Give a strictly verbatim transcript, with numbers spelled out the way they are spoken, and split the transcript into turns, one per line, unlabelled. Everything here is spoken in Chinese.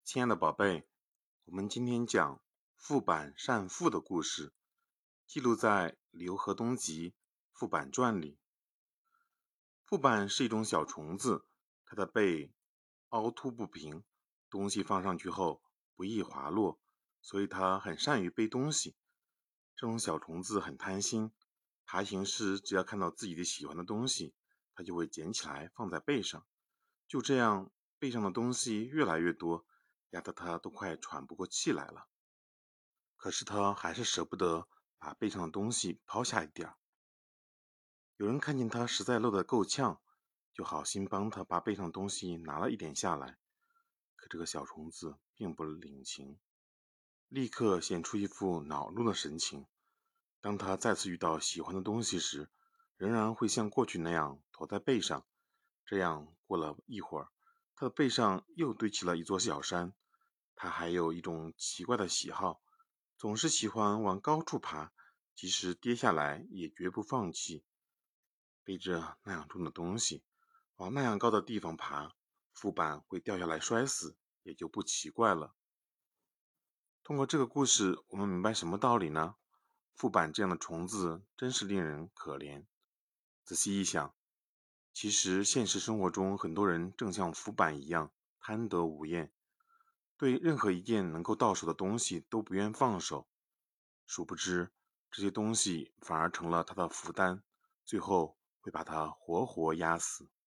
亲爱的宝贝，我们今天讲副板善富的故事，记录在刘河东集副板传里。副板是一种小虫子，它的背凹凸不平，东西放上去后不易滑落，所以它很善于背东西。这种小虫子很贪心，爬行时只要看到自己的喜欢的东西，它就会捡起来放在背上。就这样，背上的东西越来越多，压得他都快喘不过气来了。可是他还是舍不得把背上的东西抛下一点。有人看见他实在累得够呛，就好心帮他把背上的东西拿了一点下来。可这个小虫子并不领情，立刻显出一副恼怒的神情。当他再次遇到喜欢的东西时，仍然会像过去那样驮在背上。这样过了一会儿，他的背上又堆起了一座小山。他还有一种奇怪的喜好，总是喜欢往高处爬，即使跌下来也绝不放弃。背着那样重的东西，往那样高的地方爬，副板会掉下来摔死，也就不奇怪了。通过这个故事，我们明白什么道理呢？副板这样的虫子真是令人可怜。仔细一想，其实现实生活中很多人正像副板一样贪得无厌，对任何一件能够到手的东西都不愿放手，殊不知这些东西反而成了他的负担，最后会把他活活压死。